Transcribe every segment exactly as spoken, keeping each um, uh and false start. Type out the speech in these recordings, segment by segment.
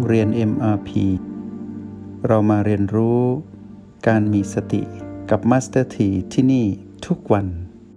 เรียน เอ็ม อาร์ พี เรามาเรียนรู้การมีสติกับ Master T ที่ที่นี่ทุกวัน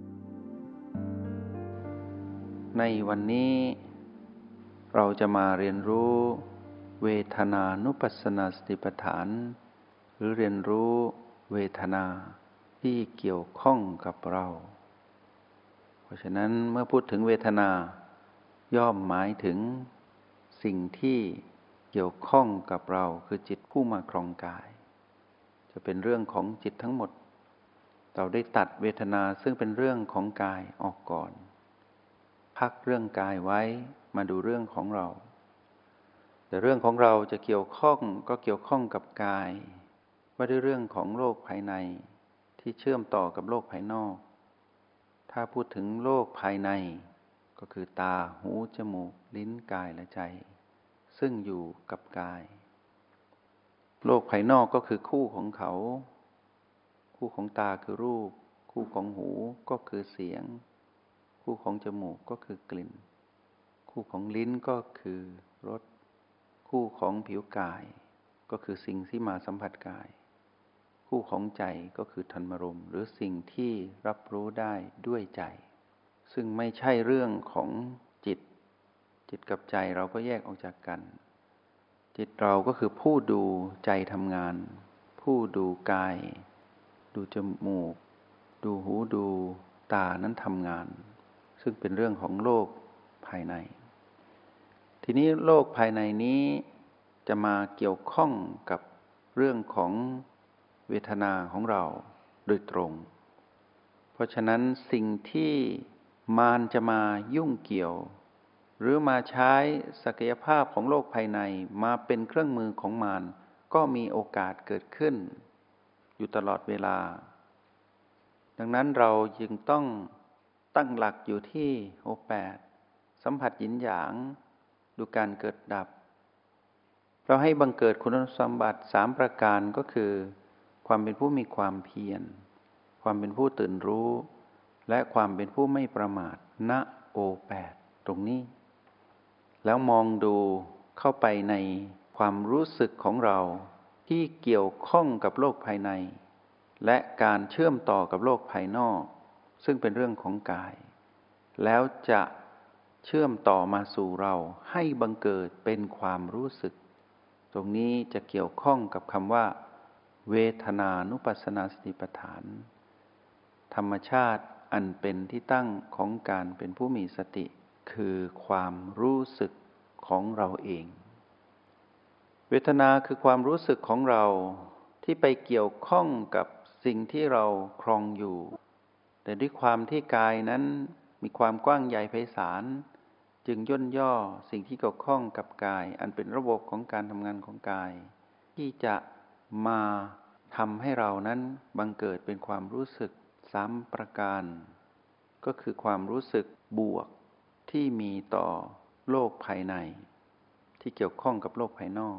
ในวันนี้เราจะมาเรียนรู้เวทนานุปัสสนาสติปัฏฐานหรือเรียนรู้เวทนาที่เกี่ยวข้องกับเราเพราะฉะนั้นเมื่อพูดถึงเวทนาย่อมหมายถึงสิ่งที่เกี่ยวข้องกับเราคือจิตผู้มาครองกายจะเป็นเรื่องของจิตทั้งหมดเราได้ตัดเวทนาซึ่งเป็นเรื่องของกายออกก่อนพักเรื่องกายไว้มาดูเรื่องของเราแต่เรื่องของเราจะเกี่ยวข้องก็เกี่ยวข้องกับกายว่าด้วยเรื่องของโลกภายในที่เชื่อมต่อกับโลกภายนอกถ้าพูดถึงโลกภายในก็คือตาหูจมูกลิ้นกายและใจซึ่งอยู่กับกายโลกภายนอกก็คือคู่ของเขาคู่ของตาคือรูปคู่ของหูก็คือเสียงคู่ของจมูกก็คือกลิ่นคู่ของลิ้นก็คือรสคู่ของผิวกายก็คือสิ่งที่มาสัมผัสกายคู่ของใจก็คือธรรมารมณ์หรือสิ่งที่รับรู้ได้ด้วยใจซึ่งไม่ใช่เรื่องของจิตจิตกับใจเราก็แยกออกจากกันจิตเราก็คือผู้ดูใจทำงานผู้ดูกายดูจมูกดูหูดูตานั้นทำงานซึ่งเป็นเรื่องของโลกภายในทีนี้โลกภายในนี้จะมาเกี่ยวข้องกับเรื่องของเวทนาของเราโดยตรงเพราะฉะนั้นสิ่งที่มารจะมายุ่งเกี่ยวหรือมาใช้ศักยภาพของโลกภายในมาเป็นเครื่องมือของมารก็มีโอกาสเกิดขึ้นอยู่ตลอดเวลาดังนั้นเราจึงต้องตั้งหลักอยู่ที่โอแปดสัมผัสหยินหยางดูการเกิดดับเราให้บังเกิดคุณสมบัติสามประการก็คือความเป็นผู้มีความเพียรความเป็นผู้ตื่นรู้และความเป็นผู้ไม่ประมาทณโอแปดตรงนี้แล้วมองดูเข้าไปในความรู้สึกของเราที่เกี่ยวข้องกับโลกภายในและการเชื่อมต่อกับโลกภายนอกซึ่งเป็นเรื่องของกายแล้วจะเชื่อมต่อมาสู่เราให้บังเกิดเป็นความรู้สึกตรงนี้จะเกี่ยวข้องกับคำว่าเวทนานุปัสสนาสติปัฏฐานธรรมชาติอันเป็นที่ตั้งของการเป็นผู้มีสติคือความรู้สึกของเราเองเวทนาคือความรู้สึกของเราที่ไปเกี่ยวข้องกับสิ่งที่เราครองอยู่แต่ด้วยความที่กายนั้นมีความกว้างใหญ่ไพศาลจึงย่นย่อสิ่งที่เกี่ยวข้องกับกายอันเป็นระบบของการทำงานของกายที่จะมาทำให้เรานั้นบังเกิดเป็นความรู้สึกสามประการก็คือความรู้สึกบวกที่มีต่อโลกภายในที่เกี่ยวข้องกับโลกภายนอก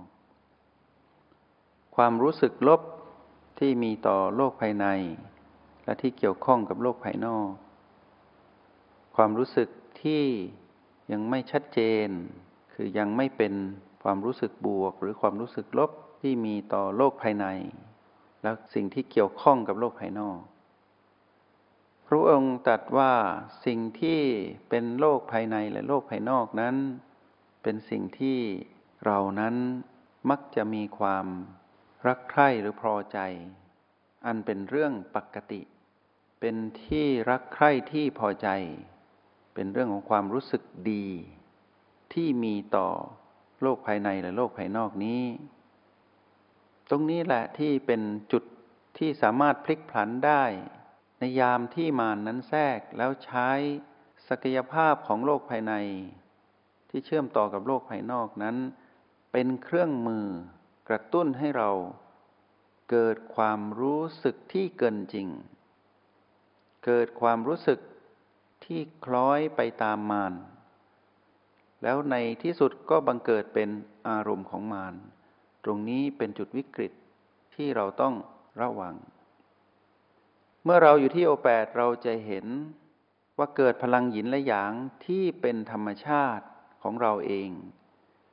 ความรู้สึกลบที่มีต่อโลกภายในและที่เกี่ยวข้องกับโลกภายนอกความรู้สึกที่ยังไม่ชัดเจนคือยังไม่เป็นความรู้สึกบวกหรือความรู้สึกลบที่มีต่อโลกภายในและสิ่งที่เกี่ยวข้องกับโลกภายนอกพระองค์ตรัสว่าสิ่งที่เป็นโลกภายในและโลกภายนอกนั้นเป็นสิ่งที่เรานั้นมักจะมีความรักใคร่หรือพอใจอันเป็นเรื่องปกติเป็นที่รักใคร่ที่พอใจเป็นเรื่องของความรู้สึกดีที่มีต่อโลกภายในและโลกภายนอกนี้ตรงนี้แหละที่เป็นจุดที่สามารถพลิกผันได้ในยามที่มารนั้นแทรกแล้วใช้ศักยภาพของโลกภายในที่เชื่อมต่อกับโลกภายนอกนั้นเป็นเครื่องมือกระตุ้นให้เราเกิดความรู้สึกที่เกินจริงเกิดความรู้สึกที่คล้อยไปตามมารแล้วในที่สุดก็บังเกิดเป็นอารมณ์ของมารตรงนี้เป็นจุดวิกฤตที่เราต้องระวังเมื่อเราอยู่ที่โอแปดเราจะเห็นว่าเกิดพลังหยินและหยางที่เป็นธรรมชาติของเราเอง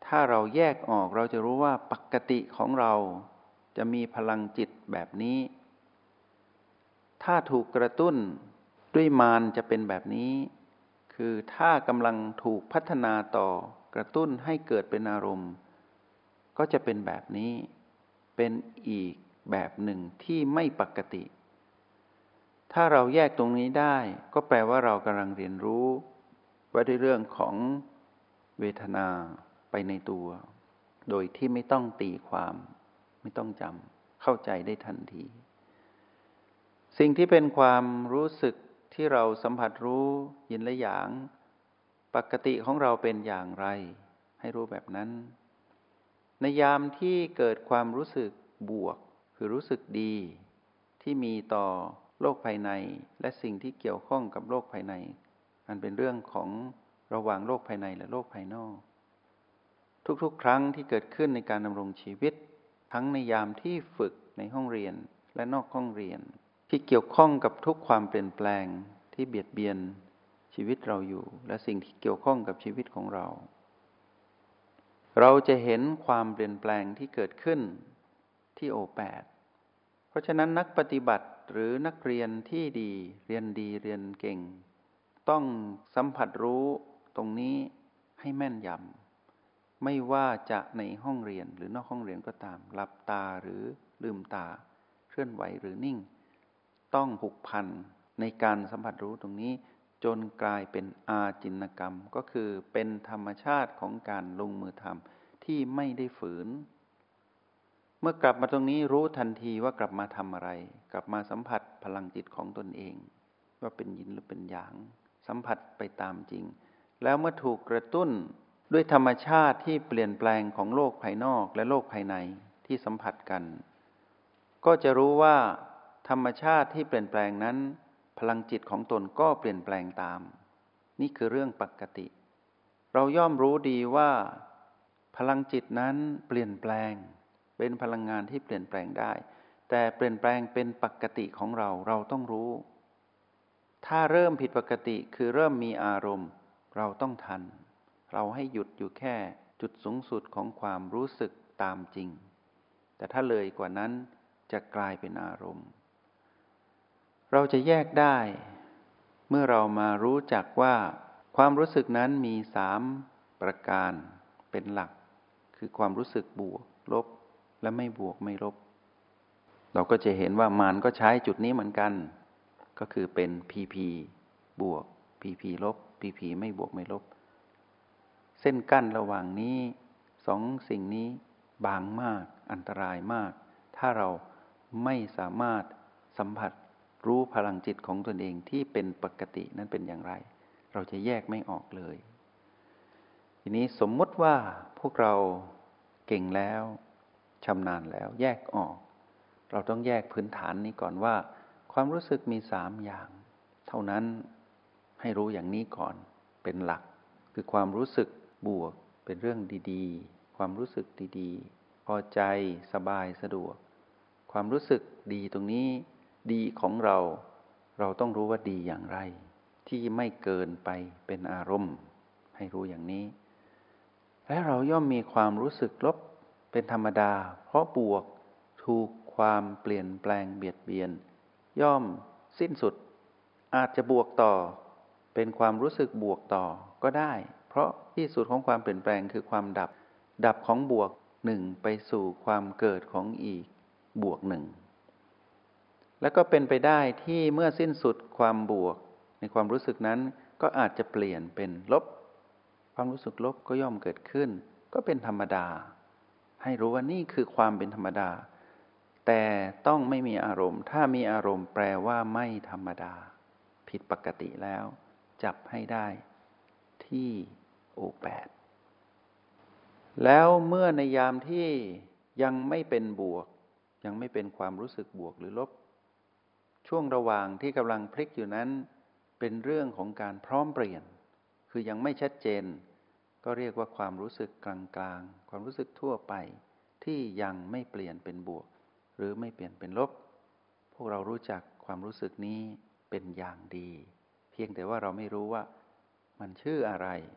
ถ้าเราแยกออกเราจะรู้ว่าปกติของเราจะมีพลังจิตแบบนี้ถ้าถูกกระตุ้นด้วยมารจะเป็นแบบนี้คือถ้ากำลังถูกพัฒนาต่อกระตุ้นให้เกิดเป็นอารมณ์ก็จะเป็นแบบนี้เป็นอีกแบบหนึ่งที่ไม่ปกติถ้าเราแยกตรงนี้ได้ก็แปลว่าเรากำลังเรียนรู้ว่าด้วยเรื่องของเวทนาไปในตัวโดยที่ไม่ต้องตีความไม่ต้องจำเข้าใจได้ทันทีสิ่งที่เป็นความรู้สึกที่เราสัมผัสรู้ยินและหยางปกติของเราเป็นอย่างไรให้รู้แบบนั้นในยามที่เกิดความรู้สึกบวกคือรู้สึกดีที่มีต่อโลกภายในและสิ่งที่เกี่ยวข้องกับโลกภายในอันเป็นเรื่องของระหว่างโลกภายในและโลกภายนอกทุกๆครั้งที่เกิดขึ้นในการดำรงชีวิตทั้งในยามที่ฝึกในห้องเรียนและนอกห้องเรียนที่เกี่ยวข้องกับทุกความเปลี่ยนแปลงที่เบียดเบียนชีวิตเราอยู่และสิ่งที่เกี่ยวข้องกับชีวิตของเราเราจะเห็นความเปลี่ยนแปลงที่เกิดขึ้นที่โอแปดเพราะฉะนั้นนักปฏิบัติหรือนักเรียนที่ดีเรียนดีเรียนเก่งต้องสัมผัสรู้ตรงนี้ให้แม่นยำไม่ว่าจะในห้องเรียนหรือนอกห้องเรียนก็ตามหลับตาหรือลืมตาเคลื่อนไหวหรือนิ่งต้องผูกพันในการสัมผัสรู้ตรงนี้จนกลายเป็นอาจินกรรมก็คือเป็นธรรมชาติของการลงมือทำที่ไม่ได้ฝืนเมื่อกลับมาตรงนี้รู้ทันทีว่ากลับมาทำอะไรกลับมาสัมผัสพลังจิตของตนเองว่าเป็นหยินหรือเป็นหยางสัมผัสไปตามจริงแล้วเมื่อถูกกระตุ้นด้วยธรรมชาติที่เปลี่ยนแปลงของโลกภายนอกและโลกภายในที่สัมผัสกันก็จะรู้ว่าธรรมชาติที่เปลี่ยนแปลงนั้นพลังจิตของตนก็เปลี่ยนแปลงตามนี่คือเรื่องปกติเราย่อมรู้ดีว่าพลังจิตนั้นเปลี่ยนแปลงเป็นพลังงานที่เปลี่ยนแปลงได้แต่เปลี่ยนแปลงเป็นปกติของเราเราต้องรู้ถ้าเริ่มผิดปกติคือเริ่มมีอารมณ์เราต้องทันเราให้หยุดอยู่แค่จุดสูงสุดของความรู้สึกตามจริงแต่ถ้าเลยกว่านั้นจะกลายเป็นอารมณ์เราจะแยกได้เมื่อเรามารู้จักว่าความรู้สึกนั้นมีสามประการเป็นหลักคือความรู้สึกบวกลบและไม่บวกไม่ลบเราก็จะเห็นว่ามารก็ใช้จุดนี้เหมือนกันก็คือเป็น พี พี บวก พี พี ลบ พี พี ไม่บวกไม่ลบเส้นกั้นระหว่างนี้สองสิ่งนี้บางมากอันตรายมากถ้าเราไม่สามารถสัมผัสรู้พลังจิตของตนเองที่เป็นปกตินั้นเป็นอย่างไรเราจะแยกไม่ออกเลยทีนี้สมมติว่าพวกเราเก่งแล้วชำนาญแล้วแยกออกเราต้องแยกพื้นฐานนี้ก่อนว่าความรู้สึกมีสามอย่างเท่านั้นให้รู้อย่างนี้ก่อนเป็นหลักคือความรู้สึกบวกเป็นเรื่องดีๆความรู้สึกดีๆพอใจสบายสะดวกความรู้สึกดีตรงนี้ดีของเราเราต้องรู้ว่าดีอย่างไรที่ไม่เกินไปเป็นอารมณ์ให้รู้อย่างนี้และเราย่อมมีความรู้สึกลบเป็นธรรมดาเพราะบวกถูกความเปลี่ยนแปลงเบียดเบียนย่อมสิ้นสุดอาจจะบวกต่อเป็นความรู้สึกบวกต่อก็ได้เพราะที่สุดของความเปลี่ยนแปลงคือความดับดับของบวกหนึ่งไปสู่ความเกิดของอีกบวกหนึ่งแล้วก็เป็นไปได้ที่เมื่อสิ้นสุดความบวกในความรู้สึกนั้นก็อาจจะเปลี่ยนเป็นลบความรู้สึกลบก็ย่อมเกิดขึ้นก็เป็นธรรมดาให้รู้ว่านี่คือความเป็นธรรมดาแต่ต้องไม่มีอารมณ์ถ้ามีอารมณ์แปลว่าไม่ธรรมดาผิดปกติแล้วจับให้ได้ที่โอแปดแล้วเมื่อในยามที่ยังไม่เป็นบวกยังไม่เป็นความรู้สึกบวกหรือลบช่วงระหว่างที่กำลังพลิกอยู่นั้นเป็นเรื่องของการพร้อมเปลี่ยนคือยังไม่ชัดเจนก็เรียกว่าความรู้สึกกลางๆความรู้สึกทั่วไปที่ยังไม่เปลี่ยนเป็นบวกหรือไม่เปลี่ยนเป็นลบพวกเรารู้จักความรู้สึกนี้เป็นอย่างดีเพียงแต่ว่าเราไม่รู้ว่ามันชื่ออะไร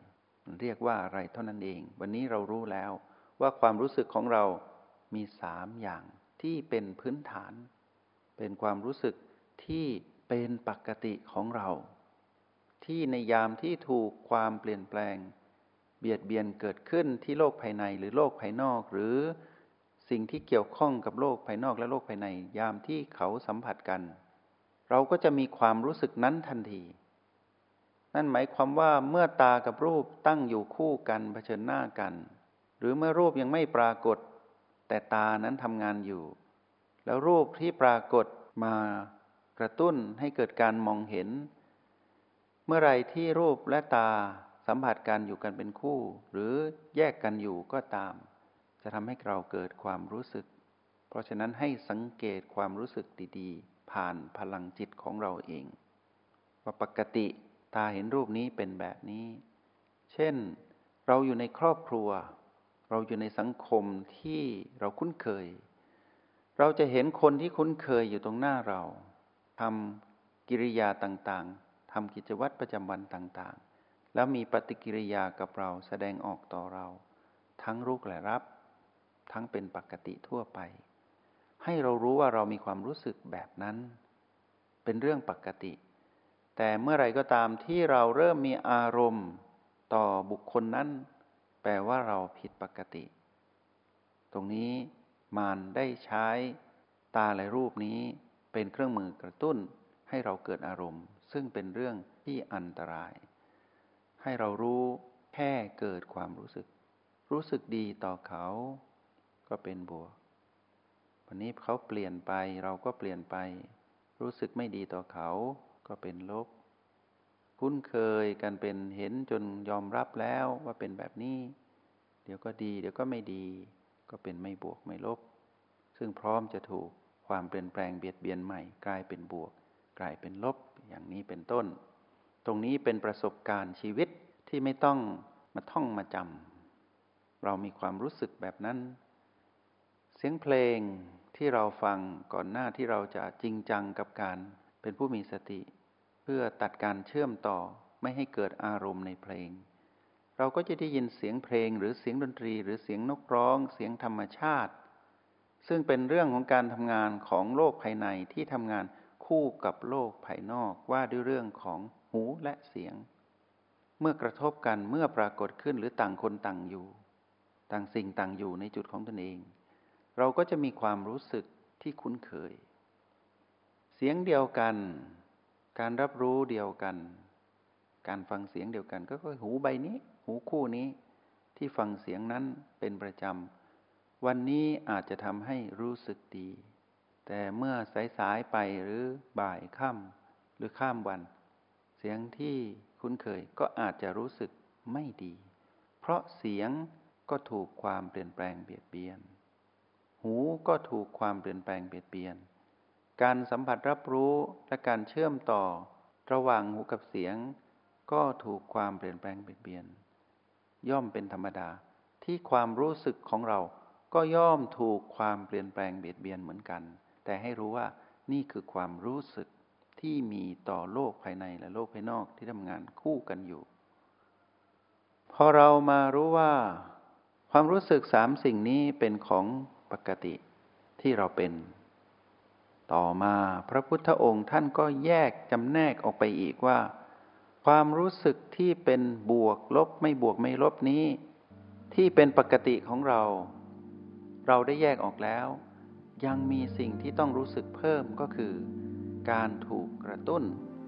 เรียกว่าอะไรเท่านั้นเองวันนี้เรารู้แล้วว่าความรู้สึกของเรามีสามอย่างที่เป็นพื้นฐานเป็นความรู้สึกที่เป็นปกติของเราที่ในยามที่ถูกความเปลี่ยนแปลงเบียดเบียนเกิดขึ้นที่โลกภายในหรือโลกภายนอกหรือสิ่งที่เกี่ยวข้องกับโลกภายนอกและโลกภายในยามที่เขาสัมผัสกันเราก็จะมีความรู้สึกนั้นทันทีนั่นหมายความว่าเมื่อตากับรูปตั้งอยู่คู่กันเผชิญหน้ากันหรือเมื่อรูปยังไม่ปรากฏแต่ตานั้นทำงานอยู่แล้วรูปที่ปรากฏมากระตุ้นให้เกิดการมองเห็นเมื่อไรที่รูปและตาสัมผัสกันอยู่กันเป็นคู่หรือแยกกันอยู่ก็ตามจะทำให้เราเกิดความรู้สึกเพราะฉะนั้นให้สังเกตความรู้สึกดีๆผ่านพลังจิตของเราเองว่าปกติตาเห็นรูปนี้เป็นแบบนี้เช่นเราอยู่ในครอบครัวเราอยู่ในสังคมที่เราคุ้นเคยเราจะเห็นคนที่คุ้นเคยอยู่ตรงหน้าเราทำกิริยาต่างๆทำกิจวัตรประจำวันต่างๆแล้วมีปฏิกิริยากับเราแสดงออกต่อเราทั้งรุกและรับทั้งเป็นปกติทั่วไปให้เรารู้ว่าเรามีความรู้สึกแบบนั้นเป็นเรื่องปกติแต่เมื่อไรก็ตามที่เราเริ่มมีอารมณ์ต่อบุคคลนั้นแปลว่าเราผิดปกติตรงนี้มารได้ใช้ตาและรูปนี้เป็นเครื่องมือกระตุ้นให้เราเกิดอารมณ์ซึ่งเป็นเรื่องที่อันตรายให้เรารู้แค่เกิดความรู้สึกรู้สึกดีต่อเขาก็เป็นบวกวันนี้เขาเปลี่ยนไปเราก็เปลี่ยนไปรู้สึกไม่ดีต่อเขาก็เป็นลบคุ้นเคยกันเป็นเห็นจนยอมรับแล้วว่าเป็นแบบนี้เดี๋ยวก็ดีเดี๋ยวก็ไม่ดีก็เป็นไม่บวกไม่ลบซึ่งพร้อมจะถูกความเปลี่ยนแปลงเบียดเบียนใหม่กลายเป็นบวกกลายเป็นลบอย่างนี้เป็นต้นตรงนี้เป็นประสบการณ์ชีวิตที่ไม่ต้องมาท่องมาจำเรามีความรู้สึกแบบนั้นเสียงเพลงที่เราฟังก่อนหน้าที่เราจะจริงจังกับการเป็นผู้มีสติเพื่อตัดการเชื่อมต่อไม่ให้เกิดอารมณ์ในเพลงเราก็จะได้ยินเสียงเพลงหรือเสียงดนตรีหรือเสียงนกร้องเสียงธรรมชาติซึ่งเป็นเรื่องของการทำงานของโลกภายในที่ทำงานคู่กับโลกภายนอกว่าด้วยเรื่องของหูและเสียงเมื่อกระทบกันเมื่อปรากฏขึ้นหรือต่างคนต่างอยู่ต่างสิ่งต่างอยู่ในจุดของตนเองเราก็จะมีความรู้สึกที่คุ้นเคยเสียงเดียวกันการรับรู้เดียวกันการฟังเสียงเดียวกันก็คือหูใบนี้หูคู่นี้ที่ฟังเสียงนั้นเป็นประจำวันนี้อาจจะทำให้รู้สึกดีแต่เมื่อสายๆไปหรือบ่ายค่ำหรือข้ามวันเสียงที่คุ้นเคยก็อาจจะรู้สึกไม่ดีเพราะเสียงก็ถูกความเปลี่ยนแปลงเบียดเบียนหูก็ถูกความเปลี่ยนแปลงเบียดเบียนการสัมผัสรับรู้และการเชื่อมต่อระหว่างหูกับเสียงก็ถูกความเปลี่ยนแปลงเบียดเบียนย่อมเป็นธรรมดาที่ความรู้สึกของเราก็ย่อมถูกความเปลี่ยนแปลงเบียดเบียนเหมือนกันแต่ให้รู้ว่านี่คือความรู้สึกที่มีต่อโลกภายในและโลกภายนอกที่ทำงานคู่กันอยู่พอเรามารู้ว่าความรู้สึกสามสิ่งนี้เป็นของปกติที่เราเป็นต่อมาพระพุทธองค์ท่านก็แยกจำแนกออกไปอีกว่าความรู้สึกที่เป็นบวกลบไม่บวกไม่ลบนี้ที่เป็นปกติของเราเราได้แยกออกแล้วยังมีสิ่งที่ต้องรู้สึกเพิ่มก็คือการถูกกระตุ้น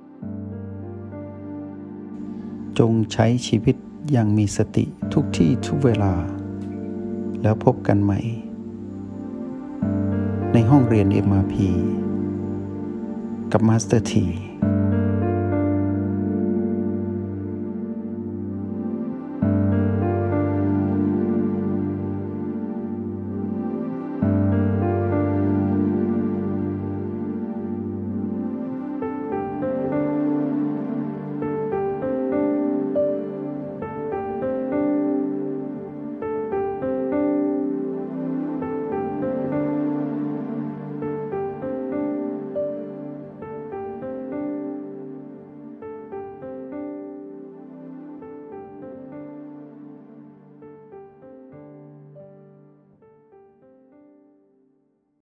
จงใช้ชีวิตอย่างมีสติทุกที่ทุกเวลาแล้วพบกันใหม่ในห้องเรียน เอ็ม อาร์ พี กับมาสเตอร์ ที